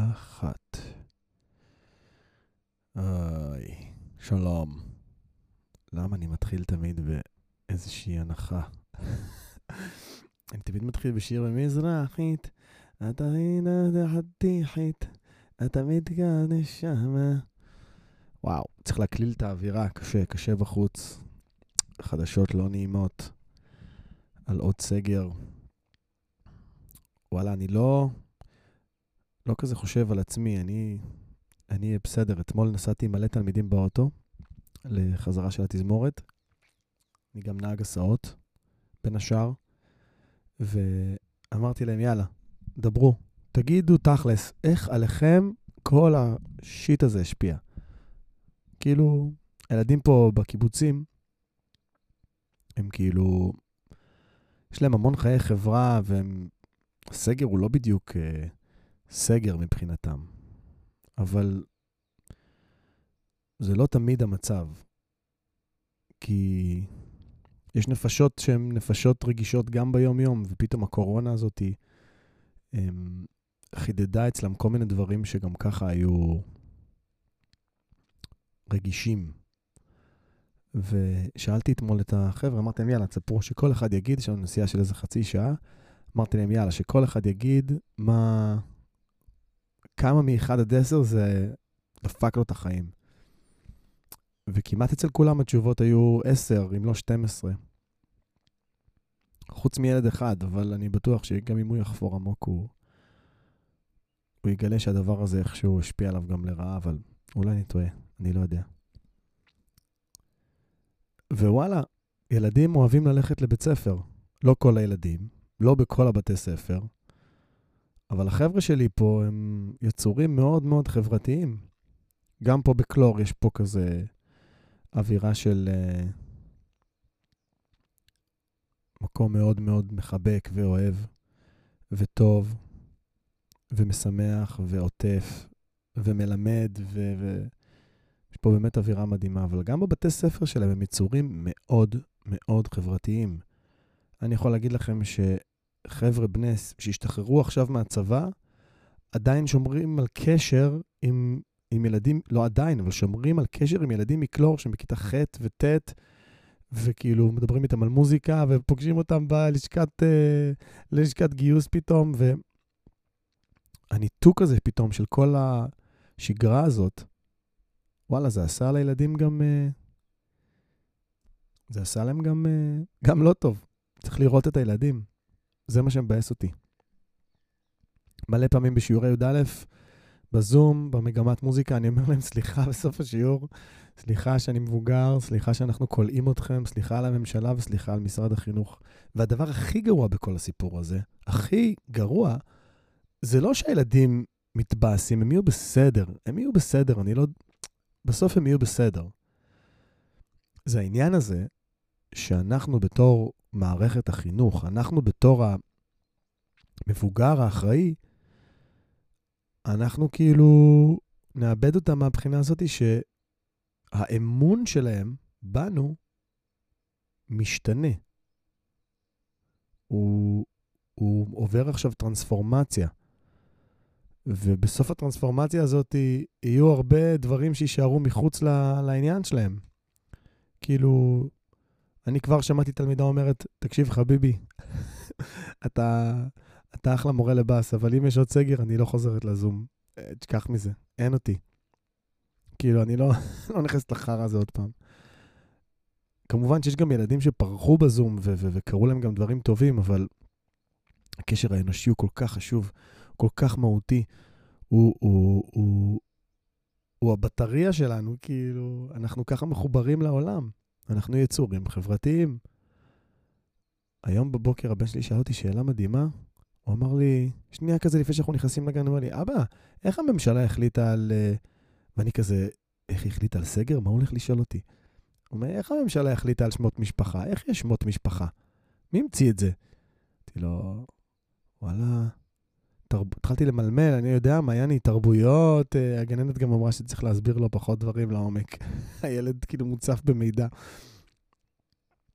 אחת. היי, שלום. למה אני מתחיל תמיד באיזושהי הנחה? אני תמיד מתחיל בשיר במזרחית. אתה הנה חתיכית, אתה מתגן שמה. וואו, צריך להקליל את האווירה, קשה בחוץ. חדשות לא נעימות על עוד סגר. וואלה, אני לא כזה חושב על עצמי, אני אהיה בסדר. אתמול נסעתי מלא תלמידים באוטו לחזרה של התזמורת. אני גם נהג הסעות בין השאר, ואמרתי להם, יאללה, דברו, תגידו תכלס, איך עליכם כל השיט הזה השפיע? כאילו, הילדים פה בקיבוצים, הם כאילו, יש להם המון חיי חברה, והסגר הוא לא בדיוק סגר מבחינתם, אבל זה לא תמיד המצב, כי יש נפשות שהן נפשות רגישות גם ביום יום, ופתאום הקורונה הזאת חידדה אצלם כל מיני דברים שגם ככה היו רגישים. ושאלתי אתמול את החבר'ה, אמרתי להם, יאללה, תספרו שכל אחד יגיד, יש לנו נסיעה של איזה חצי שעה, אמרתי להם, יאללה, שכל אחד יגיד כמה מ-1 עד 10 זה דפק לו את החיים. וכמעט אצל כולם התשובות היו 10, אם לא 12. חוץ מילד אחד, אבל אני בטוח שגם אם הוא יחפור עמוק, הוא יגלה שהדבר הזה איכשהו השפיע עליו גם לרעה, אבל אולי אני טועה, אני לא יודע. ווואלה, ילדים אוהבים ללכת לבית ספר. לא כל הילדים, לא בכל הבתי ספר, אבל החבר'ה שלי פה הם יצורים מאוד מאוד חברתיים. גם פה בקלור יש פה כזה אווירה של מקום מאוד מאוד מחבק ואוהב וטוב ומשמח ועוטף ומלמד יש פה באמת אווירה מדהימה, אבל גם בבתי ספר שלהם הם יצורים מאוד מאוד חברתיים. אני יכול להגיד לכם שחבר'ה בני שהשתחררו עכשיו מהצבא עדיין שומרים על קשר עם ילדים, לא עדיין, אבל שומרים על קשר עם ילדים מקלור שמכיתה ח' וט' וכאילו מדברים איתם על מוזיקה ופוגשים אותם בלשכת גיוס פתאום, והניתוק הזה פתאום של כל השגרה הזאת, וואלה, זה עשה לילדים גם, זה עשה להם גם לא טוב. צריך לראות את הילדים. זה מה שמבאס אותי. מלא פעמים בשיעורי י"א, בזום, במגמת מוזיקה, אני אומר להם, סליחה בסוף השיעור, סליחה שאני מבוגר, סליחה שאנחנו קולעים אתכם, סליחה על הממשלה וסליחה על משרד החינוך. והדבר הכי גרוע בכל הסיפור הזה, הכי גרוע, זה לא שהילדים מתבאסים, הם יהיו בסדר, בסוף הם יהיו בסדר. זה העניין הזה שאנחנו בתור מערכת החינוך, אנחנו בתור המבוגר האחראי, אנחנו כאילו נאבד אותם מהבחינה הזאת שהאמון שלהם בנו משתנה. הוא עובר עכשיו טרנספורמציה. ובסוף הטרנספורמציה הזאת יהיו הרבה דברים שישארו מחוץ לעניין שלהם. כאילו, אני כבר שמעתי תלמידה אומרת, תקשיב חביבי, אתה אחלה מורה לבאס, אבל אם יש עוד סגר, אני לא חוזרת לזום. תשכח מזה, אין אותי. כאילו, אני לא נכנסת לחרא הזה עוד פעם. כמובן שיש גם ילדים שפרחו בזום, וקראו להם גם דברים טובים, אבל הקשר האנושי הוא כל כך חשוב, כל כך מהותי. הוא הבטריה שלנו, כאילו, אנחנו ככה מחוברים לעולם. אנחנו יצורים חברתיים. היום בבוקר הבן שלי שאל אותי שאלה מדהימה, הוא אמר לי, שנייה כזה לפני שאנחנו נכנסים לגן, הוא אמר לי, אבא, איך הממשלה החליטה על... ואני כזה, איך היא החליטה על סגר? מה הוא הולך לשאול אותי? הוא אומר, איך הממשלה החליטה על שמות משפחה? איך יש שמות משפחה? מי המציא את זה? אמרתי לו, וואלה, התחלתי למלמל, אני יודע, מעייני, תרבויות, הגננת גם אמרה שצריך להסביר לו פחות דברים לעומק. הילד כאילו מוצף במידע.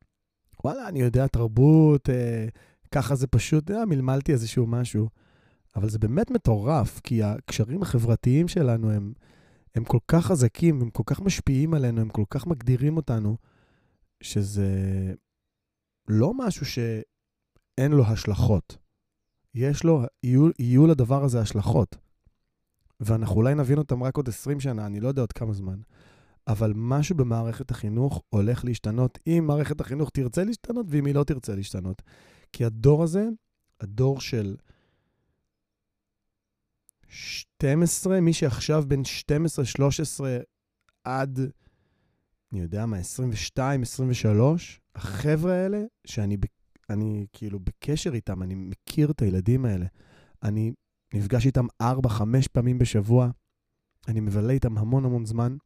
וואלה, אני יודע, תרבות, ככה זה פשוט, מלמלתי איזשהו משהו. אבל זה באמת מטורף, כי הקשרים החברתיים שלנו הם כל כך חזקים, הם כל כך משפיעים עלינו, הם כל כך מגדירים אותנו, שזה לא משהו שאין לו השלכות. יהיו לדבר הזה השלכות. ואנחנו אולי נבין אותם רק עוד 20 שנה, אני לא יודע עוד כמה זמן. אבל משהו במערכת החינוך הולך להשתנות, אם מערכת החינוך תרצה להשתנות, ואם היא לא תרצה להשתנות. כי הדור הזה, הדור של 12, מי שעכשיו בין 12, 13 עד, אני יודע מה, 22, 23, החבר'ה האלה, אני כאילו בקשר איתם, אני מכיר את הילדים האלה. אני נפגש איתם 4-5 פעמים בשבוע, אני מבלה איתם המון המון זמן,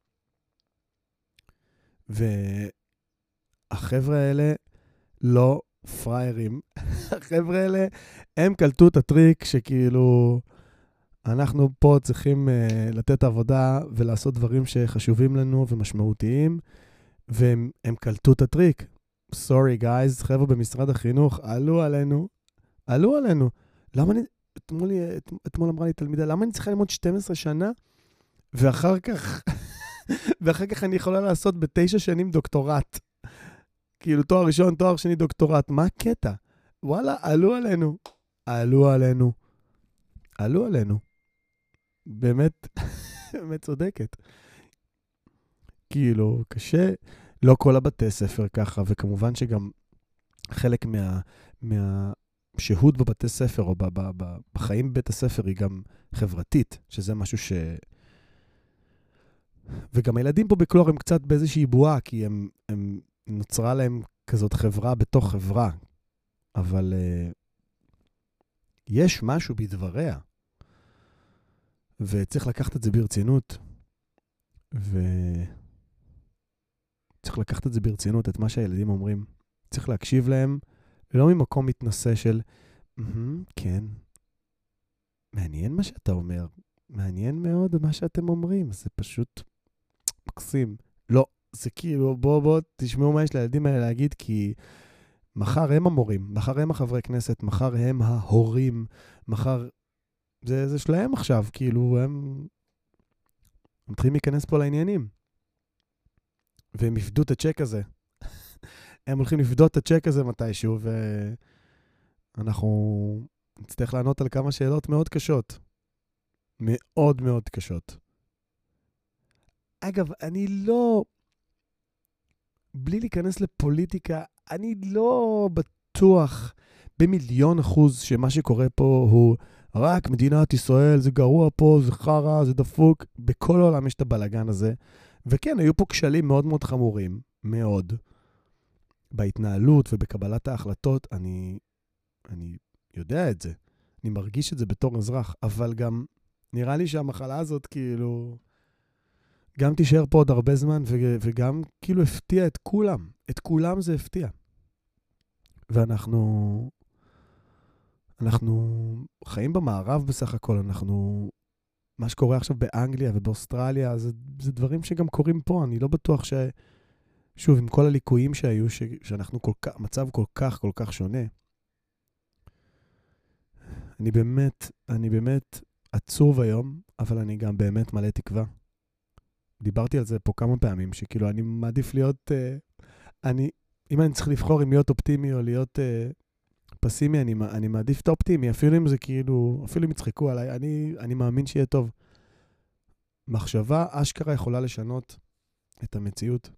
והחבר'ה האלה לא פריירים. החבר'ה האלה, הם קלטו את הטריק שכאילו, אנחנו פה צריכים לתת עבודה ולעשות דברים שחשובים לנו ומשמעותיים, והם קלטו את הטריק. Sorry guys, חבר'ה במשרד החינוך, עלו עלינו. למה אני, אתמול אמרה לי תלמידה, למה אני צריכה ללמוד 12 שנה, ואחר כך אני יכולה לעשות ב9 שנים דוקטורט. כאילו תואר ראשון, תואר שני דוקטורט. מה הקטע? וואלה, עלו עלינו. באמת צודקת. כאילו, קשה, לא כל הבתי ספר ככה, וכמובן שגם חלק מהשהות בבתי ספר, או בחיים בבית הספר, היא גם חברתית, שזה משהו וגם הילדים פה בקלור הם קצת באיזושהי בועה, כי הם נוצרה להם כזאת חברה בתוך חברה, אבל יש משהו בדבריה, וצריך לקחת את זה ברצינות, את מה שהילדים אומרים. צריך להקשיב להם, לא ממקום מתנשא של, כן, מעניין מה שאתה אומר, מעניין מאוד מה שאתם אומרים, זה פשוט מקסים. לא, זה כאילו, בוא, תשמעו מה יש לילדים האלה להגיד, כי מחר הם המורים, מחר הם החברי כנסת, מחר הם ההורים, מחר, זה שלהם עכשיו, כאילו, הם מתחילים להיכנס פה לעניינים. והם יפדו את הצ'ק הזה. הם הולכים לפדות את הצ'ק הזה מתישהו, ואנחנו נצטרך לענות על כמה שאלות מאוד קשות. מאוד מאוד קשות. אגב, אני לא, בלי להיכנס לפוליטיקה, אני לא בטוח ב1,000,000% שמה שקורה פה הוא רק מדינת ישראל, זה גרוע פה, זה חרה, זה דפוק. בכל העולם יש את הבלגן הזה. וכן, היו פה כשלים מאוד מאוד חמורים, מאוד, בהתנהלות ובקבלת ההחלטות. אני יודע את זה. אני מרגיש את זה בתור אזרח, אבל גם נראה לי שהמחלה הזאת כאילו גם תישאר פה עוד הרבה זמן, וגם כאילו הפתיע את כולם. את כולם זה הפתיע. ואנחנו חיים במערב בסך הכל. מה שקורה עכשיו באנגליה ובאוסטרליה, זה דברים שגם קורים פה. אני לא בטוח שוב, עם כל הליקויים שהיו, שאנחנו מצב כל כך שונה. אני באמת עצוב היום, אבל אני גם באמת מלא תקווה. דיברתי על זה פה כמה פעמים, שכאילו אני מעדיף להיות, אם אני צריך לבחור אם להיות אופטימי או להיות פסימי, אני מעדיף את האופטימי, אפילו אם זה כאילו, אפילו אם יצחקו עליי, אני מאמין שיהיה טוב. מחשבה אשכרה יכולה לשנות את המציאות.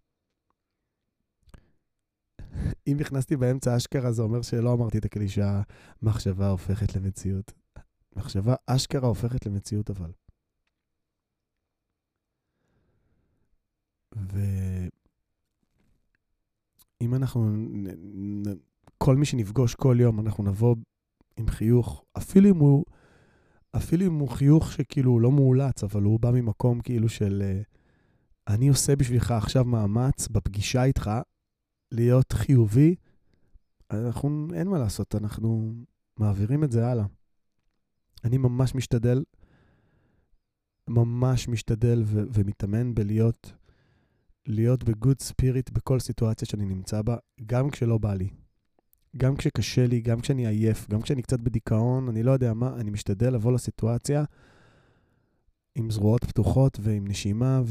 אם נכנסתי באמצע אשכרה, זה אומר שלא אמרתי את הקלישה, מחשבה הופכת למציאות. מחשבה אשכרה הופכת למציאות אבל. ואם אנחנו, כל מי שנפגוש כל יום, אנחנו נבוא עם חיוך, אפילו אם הוא חיוך שכאילו הוא לא מאולץ, אבל הוא בא ממקום כאילו של, אני עושה בשבילך עכשיו מאמץ בפגישה איתך, להיות חיובי, אין מה לעשות, אנחנו מעבירים את זה הלאה. אני ממש משתדל ומתאמן להיות בגוד ספיריט בכל סיטואציה שאני נמצא בה, גם כשלא בא לי. גם כשקשה לי, גם כשאני עייף, גם כשאני קצת בדיכאון, אני לא יודע מה, אני משתדל לבוא לסיטואציה עם זרועות פתוחות ועם נשימה,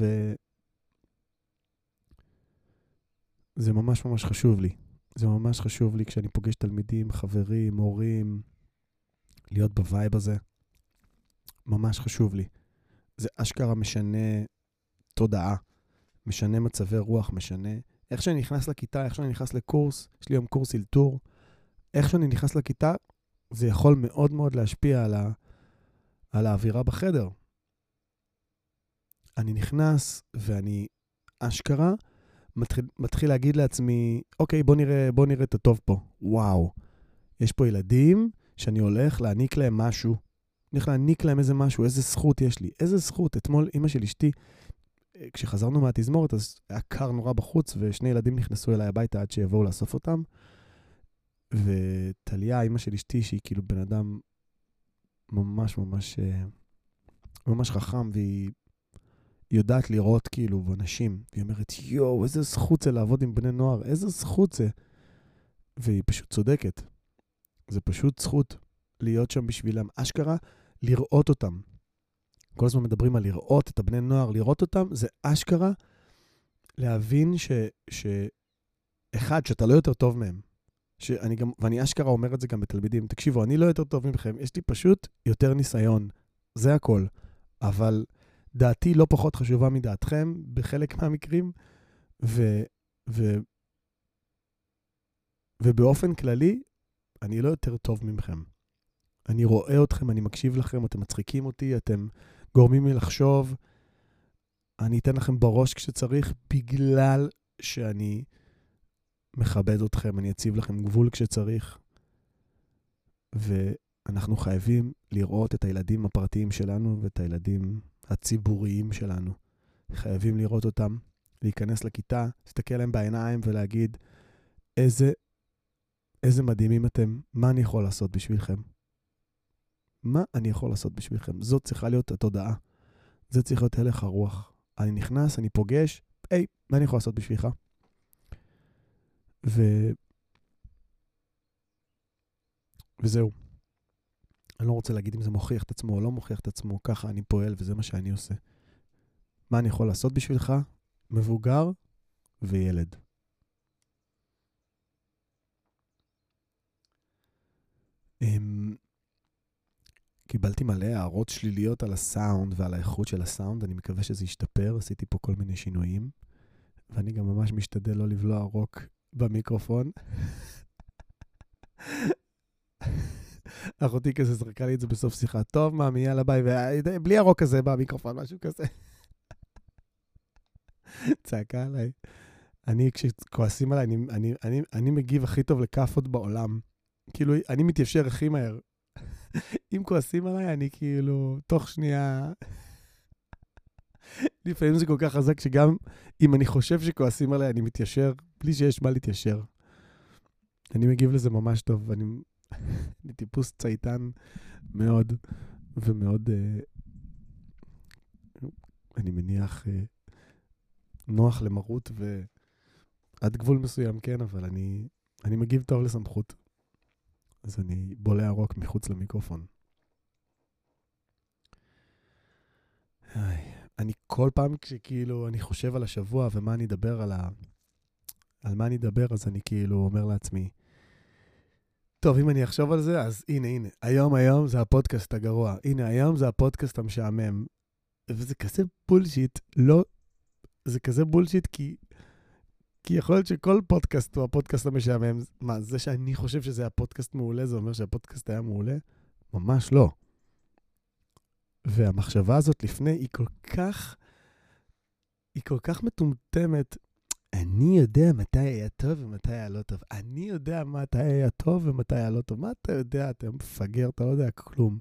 וזה ממש ממש חשוב לי. זה ממש חשוב לי כשאני פוגש תלמידים, חברים, הורים, להיות בווייב הזה. ממש חשוב לי. זה אשכרה משנה תודעה, משנה מצבי רוח, משנה איך שאני נכנס לכיתה, איך שאני נכנס לקורס, יש לי היום קורס אלתור, איך שאני נכנס לכיתה, זה יכול מאוד מאוד להשפיע על האווירה בחדר. אני נכנס ואני אשכרה מתחיל להגיד לעצמי, אוקיי, בוא נראה את הטוב פה. וואו, יש פה ילדים שאני הולך להעניק להם משהו. אני הולך להעניק להם איזה משהו, איזה זכות יש לי. איזה זכות. אתמול אמא של אשתי, כשחזרנו מהתזמורת, אז היה קר נורא בחוץ, ושני ילדים נכנסו אליי הביתה עד שיבואו לאסוף אותם. וטליה, אמא של אשתי, שהיא כאילו בן אדם ממש ממש ממש חכם, והיא יודעת לראות כאילו אנשים, והיא אומרת, יואו, איזה זכות זה לעבוד עם בני נוער, איזה זכות זה. והיא פשוט צודקת. זה פשוט זכות להיות שם בשבילם. אשכרה, לראות אותם. כל הזמן מדברים על לראות את הבני נוער, לראות אותם, זה אשכרה להבין אחד, שאתה לא יותר טוב מהם. ואני אשכרה אומר את זה גם בתלמידים. תקשיבו, אני לא יותר טוב מכם, יש לי פשוט יותר ניסיון. זה הכל. אבל דעתי לא פחות חשובה מדעתכם בחלק מהמקרים, ובאופן כללי, אני לא יותר טוב ממכם. אני רואה אתכם, אני מקשיב לכם, אתם מצחיקים אותי, אתם גורמים לי לחשוב, אני אתן לכם בראש כשצריך, בגלל שאני מכבד אתכם, אני אציב לכם גבול כשצריך, ואנחנו חייבים לראות את הילדים הפרטיים שלנו, ואת הילדים הציבוריים שלנו. חייבים לראות אותם, להיכנס לכיתה, להסתכל להם בעיניים ולהגיד, איזה מדהימים אתם, מה אני יכול לעשות בשבילכם? מה אני יכול לעשות בשבילכם? זאת צריכה להיות התודעה. זה צריך להיות הלך הרוח. אני נכנס, אני פוגש, מה אני יכול לעשות בשבילך? וזהו. אני לא רוצה להגיד אם זה מוכיח את עצמו או לא מוכיח את עצמו, ככה אני פועל וזה מה שאני עושה. מה אני יכול לעשות בשבילך? מבוגר וילד. קיבלתי מלא הערות שליליות על הסאונד ועל האיכות של הסאונד, אני מקווה שזה ישתפר, עשיתי פה כל מיני שינויים, ואני גם ממש משתדל לא לבלוע רוק במיקרופון. אחותי כזה זרקה לי את זה בסוף שיחה, טוב מאמי, יאללה ביי, בלי הרוק הזה במיקרופון, משהו כזה. צעקה עליי. אני, כשכועסים עליי, אני מגיב הכי טוב לקפות בעולם. כאילו, אני מתיישר הכי מהר. אם כועסים עליי, אני כאילו, תוך שנייה... לפעמים זה כל כך חזק שגם אם אני חושב שכועסים עליי, אני מתיישר, בלי שיש מה להתיישר. אני מגיב לזה ממש טוב, אני טיפוס צייתן מאוד, ומאוד, אני מניח, נוח למרות, ועד גבול מסוים, כן, אבל אני מגיב טוב לסמכות. אז אני בולע רוק מחוץ למיקרופון. אני כל פעם כשכאילו אני חושב על השבוע ומה אני אדבר על מה אני אדבר, אז אני כאילו אומר לעצמי, טוב, אם אני אחשוב על זה, אז הנה, היום זה הפודקאסט הגרוע. הנה, היום זה הפודקאסט המשעמם. וזה כזה בולשיט, לא, זה כזה בולשיט כי יכול להיות שכל פודקאסט הוא הפודקאסט המשעמם. מה, זה שאני חושב שזה הפודקאסט מעולה, זה אומר שהפודקאסט היה מעולה? ממש לא. והמחשבה הזאת לפני היא כל כך מטומטמת. אני יודע מתי היה טוב ומתי היה לא טוב. אני יודע מתי היה טוב ומתי היה לא טוב. מה אתה יודע? אתה מפגר, אתה לא יודע כלום.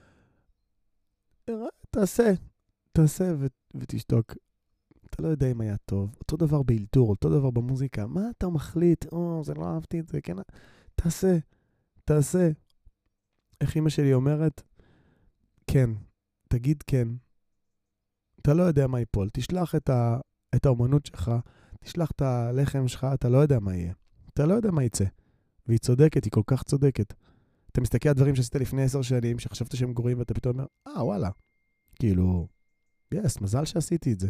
תעשה ותשתוק. אתה לא יודע אם היה טוב. אותו דבר באלתור, אותו דבר במוזיקה. מה אתה מחליט? זה לא אהבתי את זה. כן? תעשה. איך אמא שלי אומרת? כן. תגיד כן. אתה לא יודע מה ייפול. תשלח את האומנות שלך. תשלח את הלחם שלך, אתה לא יודע מה יהיה. אתה לא יודע מה יצא. והיא צודקת, היא כל כך צודקת. אתה מסתכל על דברים שעשית לפני 10 שנים, שחשבת שהם גרועים, ואתה פתאום אומר, וואלה. כאילו, מזל שעשיתי את זה.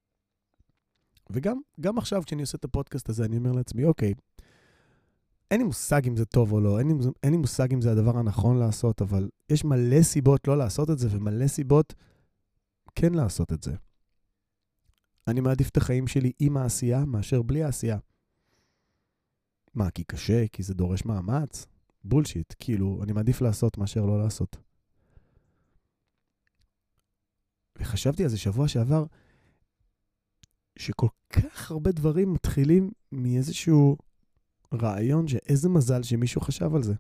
וגם עכשיו, כשאני עושה את הפודקאסט הזה, אני אומר לעצמי, אוקיי, אין לי מושג אם זה טוב או לא, אין לי מושג אם זה הדבר הנכון לעשות, אבל יש מלא סיבות לא לעשות את זה, ומלא סיבות כן לעשות את זה. אני מעדיף את החיים שלי עם העשייה, מאשר בלי העשייה. מה, כי קשה? כי זה דורש מאמץ? בולשיט, כאילו, אני מעדיף לעשות מאשר לא לעשות. וחשבתי על זה שבוע שעבר, שכל כך הרבה דברים מתחילים מאיזשהו רעיון שאיזה מזל שמישהו חשב על זה.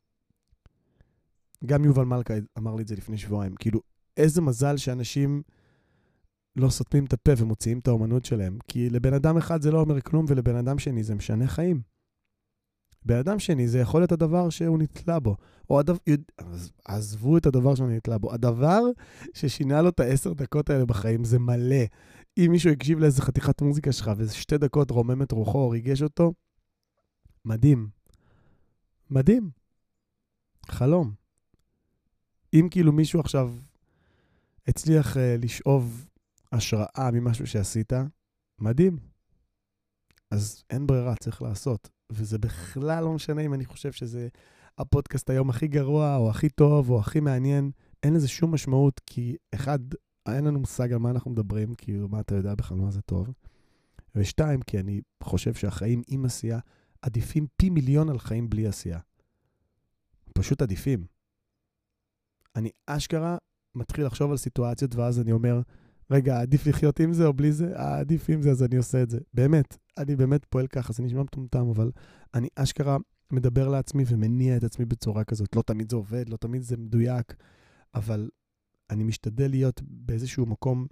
גם יובל מלכה אמר לי את זה לפני שבועיים, כאילו, איזה מזל שאנשים לא סותמים את הפה ומוציאים את האומנות שלהם, כי לבן אדם אחד זה לא אומר כלום, ולבן אדם שני זה משנה חיים. בן אדם שני זה יכול להיות הדבר שהוא נתלה בו, או עזבו את הדבר שהוא נתלה בו, הדבר ששינה לו את 10 דקות האלה בחיים זה מלא. אם מישהו יקשיב לאיזה חתיכת מוזיקה שלך, ואיזה 2 דקות רומם את רוחו או ריגש אותו, מדהים. מדהים. חלום. אם כאילו מישהו עכשיו הצליח לשאוב השראה ממשהו שעשית, מדהים. אז אין ברירה, צריך לעשות. וזה בכלל לא משנה אם אני חושב שזה הפודקאסט היום הכי גרוע, או הכי טוב, או הכי מעניין. אין לזה שום משמעות, כי אחד, אין לנו מושג על מה אנחנו מדברים, כי מה אתה יודע בכלל מה זה טוב. ושתיים, כי אני חושב שהחיים עם עשייה עדיפים פי מיליון על חיים בלי עשייה. פשוט עדיפים. אני אשכרה מתחיל לחשוב על סיטואציות, ואז אני אומר, רגע, עדיף לחיות עם זה או בלי זה? עדיף עם זה, אז אני עושה את זה. באמת, אני באמת פועל ככה, זה נשמע מטומטם, אבל אני אשכרה מדבר לעצמי ומניע את עצמי בצורה כזאת. לא תמיד זה עובד, לא תמיד זה מדויק, אבל אני משתדל להיות באיזשהו מקום,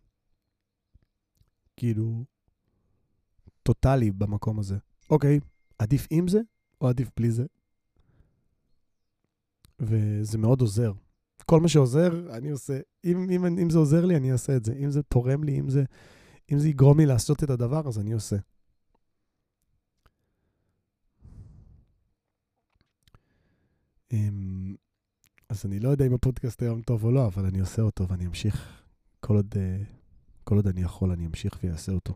כאילו, טוטלי במקום הזה. אוקיי, עדיף עם זה או עדיף בלי זה? וזה מאוד עוזר. כל מה שעוזר, אני עושה. אם זה עוזר לי, אני אעשה את זה. אם זה תורם לי, אם זה יגרום לי לעשות את הדבר, אז אני עושה. אז אני לא יודע אם הפודקאסט היום טוב או לא, אבל אני עושה אותו ואני אמשיך. כל עוד אני יכול, אני אמשיך ויעשה אותו.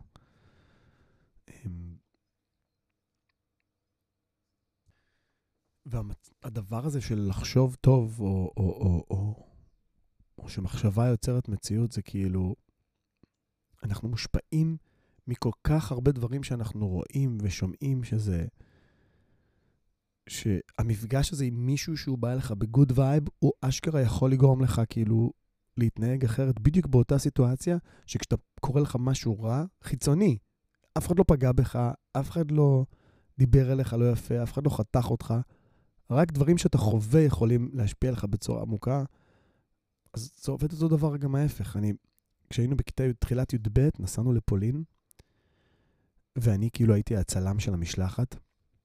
והדבר הזה של לחשוב טוב, או שמחשבה יוצרת מציאות, זה כאילו, אנחנו מושפעים מכל כך הרבה דברים שאנחנו רואים ושומעים, שהמפגש הזה עם מישהו שהוא בא לך בגוד וייב, הוא אשכרה יכול לגרום לך כאילו להתנהג אחרת, בדיוק באותה סיטואציה, שכשאתה קורא לך משהו רע, חיצוני, אף אחד לא פגע בך, אף אחד לא דיבר אליך לא יפה, אף אחד לא חתך אותך, רק דברים שאתה חווה יכולים להשפיע לך בצורה עמוקה, אז זה עובד אותו דבר גם ההפך. כשהיינו בתחילת י"ב, נסענו לפולין, ואני כאילו הייתי הצלם של המשלחת,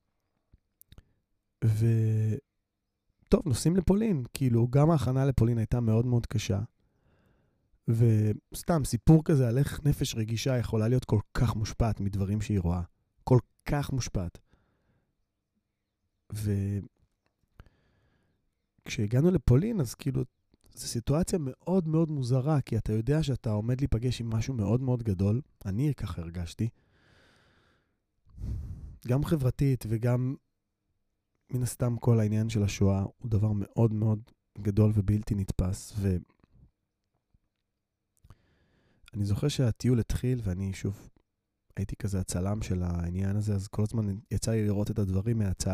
טוב, נוסעים לפולין, כאילו גם ההכנה לפולין הייתה מאוד מאוד קשה, וסתם סיפור כזה על איך נפש רגישה יכולה להיות כל כך מושפעת מדברים שהיא רואה, כל כך מושפעת. וכשהגענו לפולין, אז כאילו, זו סיטואציה מאוד מאוד מוזרה, כי אתה יודע שאתה עומד להיפגש עם משהו מאוד מאוד גדול, אני ככה הרגשתי, גם חברתית וגם מן הסתם כל העניין של השואה הוא דבר מאוד מאוד גדול ובלתי נתפס, ואני זוכר שהטיול התחיל, ואני שוב הייתי כזה הצלם של העניין הזה, אז כל הזמן יצא לי לראות את הדברים מהצד,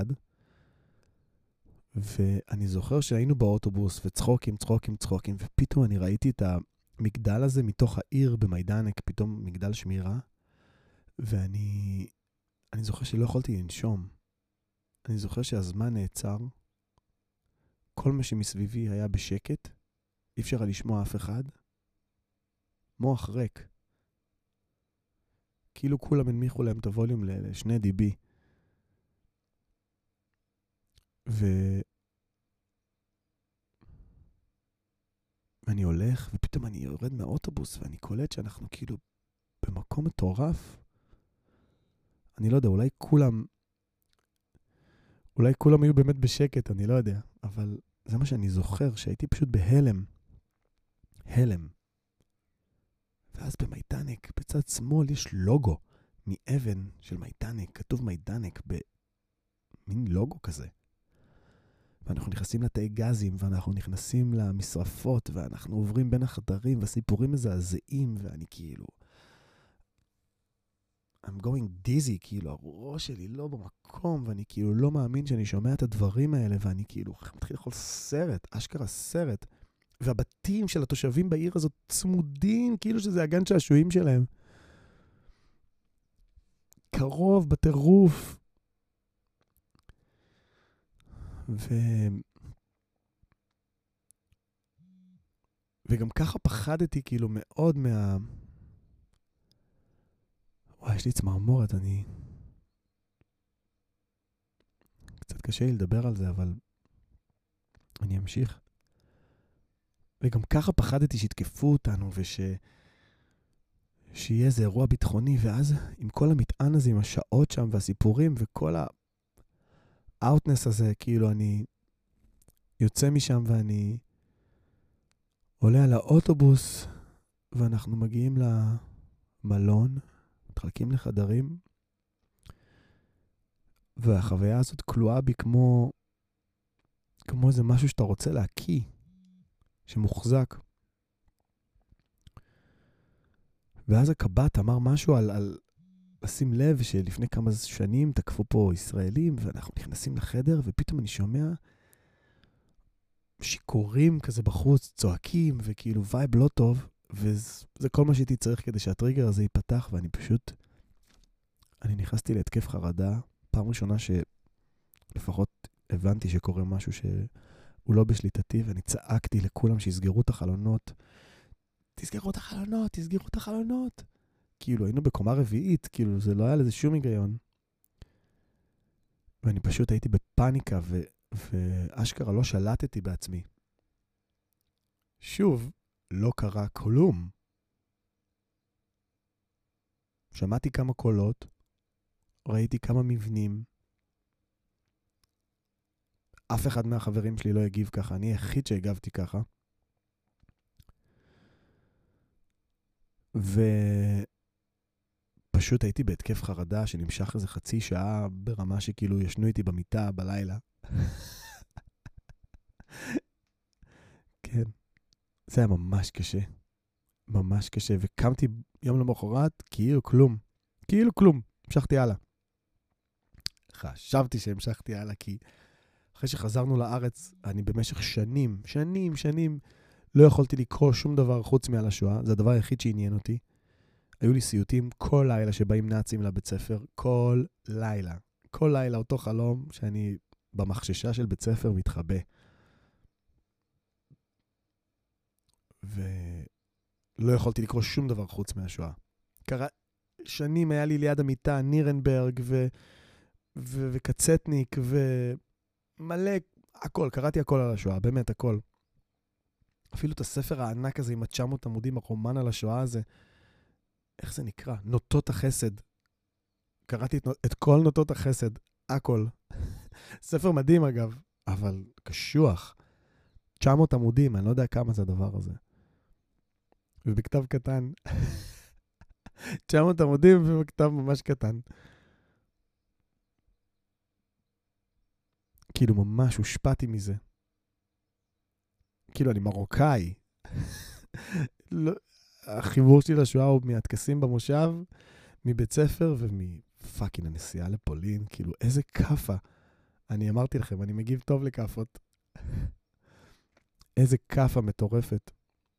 ואני זוכר שהיינו באוטובוס וצחוקים, ופתאום אני ראיתי את המגדל הזה מתוך העיר במיידנק, פתאום מגדל שמירה, ואני זוכר שלא יכולתי לנשום. אני זוכר שהזמן נעצר, כל מה שמסביבי היה בשקט, אי אפשר לשמוע אף אחד, מוח ריק. כאילו כולם הנמיכו להם את הווליום ל2 dB. ואני הולך, ופתאום אני יורד מהאוטובוס, ואני קולט שאנחנו כאילו במקום מטורף. אני לא יודע, אולי כולם היו באמת בשקט, אני לא יודע, אבל זה מה שאני זוכר, שהייתי פשוט בהלם. הלם. ואז במיידנק, בצד שמאל, יש לוגו מאבן של מיידנק, כתוב מיידנק במין לוגו כזה. ואנחנו נכנסים לתאי גזים, ואנחנו נכנסים למשרפות, ואנחנו עוברים בין החדרים, והסיפורים מזעזעים, ואני כאילו... I'm going dizzy, כאילו, הראש שלי לא במקום, ואני כאילו לא מאמין שאני שומע את הדברים האלה, ואני כאילו מתחיל לאכול סרט, אשכרה סרט. והבתים של התושבים בעיר הזאת צמודים, כאילו שזה הגן שעשועים שלהם. קרוב, בטירוף. וגם ככה פחדתי כאילו מאוד וואי, יש לי צמרמורת, קצת קשה לי לדבר על זה, אבל אני אמשיך. וגם ככה פחדתי שיתקפו אותנו, שיהיה איזה אירוע ביטחוני, ואז עם כל המטען הזה, עם השעות שם והסיפורים, וכל האוטנס הזה, כאילו אני יוצא משם ואני עולה על האוטובוס, ואנחנו מגיעים למלון, מתחלקים לחדרים, והחוויה הזאת כלואה בי כמו איזה משהו שאתה רוצה להקיא, שמוחזק. ואז הקב"ט אמר משהו על לשים לב שלפני כמה שנים תקפו פה ישראלים, ואנחנו נכנסים לחדר, ופתאום אני שומע שיכורים כזה בחוץ, צועקים, וכאילו וייב לא טוב, וזה כל מה שהייתי צריך כדי שהטריגר הזה ייפתח, ואני פשוט, אני נכנסתי להתקף חרדה, פעם ראשונה שלפחות הבנתי שקורה משהו שהוא לא בשליטתי, ואני צעקתי לכולם שיסגרו את החלונות, תסגרו את החלונות, תסגרו את החלונות. כאילו, היינו בקומה רביעית, כאילו, זה לא היה לזה שום היגיון. ואני פשוט הייתי בפאניקה, ואשכרה לא שלטתי בעצמי. שוב, לא קרה כלום. שמעתי כמה קולות, ראיתי כמה מבנים. אף אחד מהחברים שלי לא הגיב ככה, אני היחיד שהגבתי ככה. ופשוט הייתי בהתקף חרדה שנמשך איזה חצי שעה ברמה שכאילו ישנו איתי במיטה בלילה. כן, זה היה ממש קשה. ממש קשה, וקמתי יום למחרת כאילו כלום. כאילו כלום. המשכתי הלאה. חשבתי שהמשכתי הלאה, כי אחרי שחזרנו לארץ, אני במשך שנים, לא יכולתי לקרוא שום דבר חוץ מעל השואה. זה הדבר היחיד שעניין אותי. היו לי סיוטים כל לילה שבאים נאצים לבית ספר. כל לילה. כל לילה אותו חלום שאני במחששה של בית ספר מתחבא. ולא יכולתי לקרוא שום דבר חוץ מהשואה. שנים היה לי ליד המיטה נירנברג וקצטניק ומלא, הכל, קראתי הכל על השואה, באמת הכל. אפילו את הספר הענק הזה עם 900 עמודים, הרומן על השואה הזה, איך זה נקרא? נוטות החסד. קראתי את כל נוטות החסד, הכל. ספר מדהים אגב, אבל קשוח. 900 עמודים, אני לא יודע כמה זה הדבר הזה. ובכתב קטן. 900 עמודים ובכתב ממש קטן. כאילו ממש הושפעתי מזה. כאילו אני מרוקאי. החיבור שלי לשואה הוא מהטקסים במושב, מבית ספר ומפאקינג הנסיעה לפולין. כאילו איזה קפה. אני אמרתי לכם, אני מגיב טוב לקפות. איזה קפה מטורפת.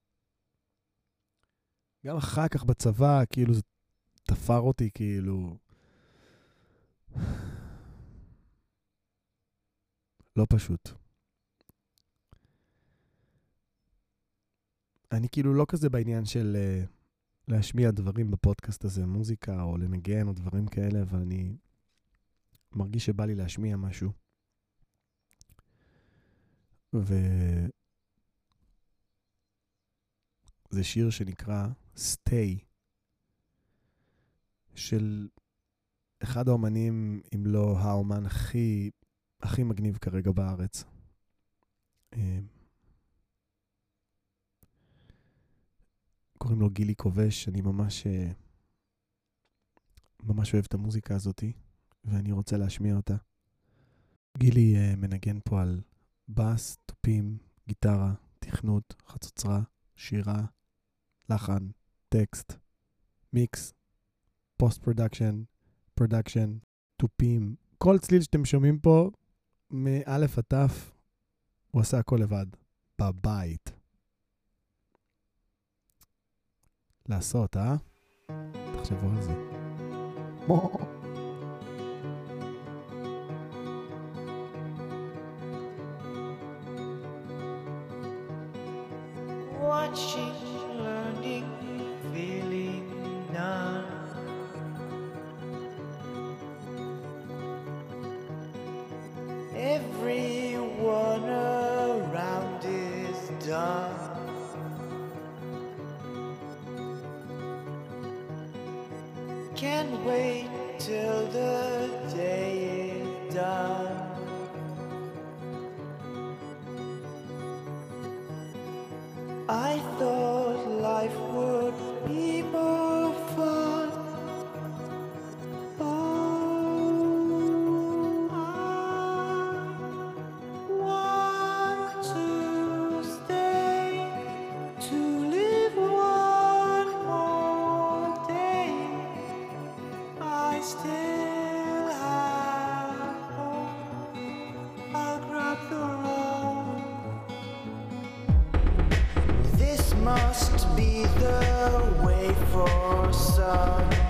גם אחר כך בצבא, כאילו זה תפר אותי, כאילו... לא פשוט. אני כאילו לא כזה בעניין של להשמיע דברים בפודקאסט הזה, מוזיקה או לנגן או דברים כאלה, אבל אני מרגיש שבא לי להשמיע משהו. וזה שיר שנקרא Stay, של אחד האומנים, אם לא האומן הכי הכי מגניב כרגע בארץ. קוראים לו גילי כובש, אני ממש אוהב את המוזיקה הזאת, ואני רוצה להשמיע אותה. גילי מנגן פה על בס, טופים, גיטרה, תכנות, חצוצרה, שירה, לחן, טקסט, מיקס, פוסט פרודקשן, פרודקשן, טופים. כל צליל שאתם שומעים פה, מאלף עד תף, הוא עשה הכל לבד, בבית. לעשות, תחשבו על זה. Watching, learning, feeling none. Everyone around is done. Can't wait till the day is done. I thought life would be more fun. Oh, I want to stay, to live one more day. I still have hope. I'll grab the road. This must be the way for sun.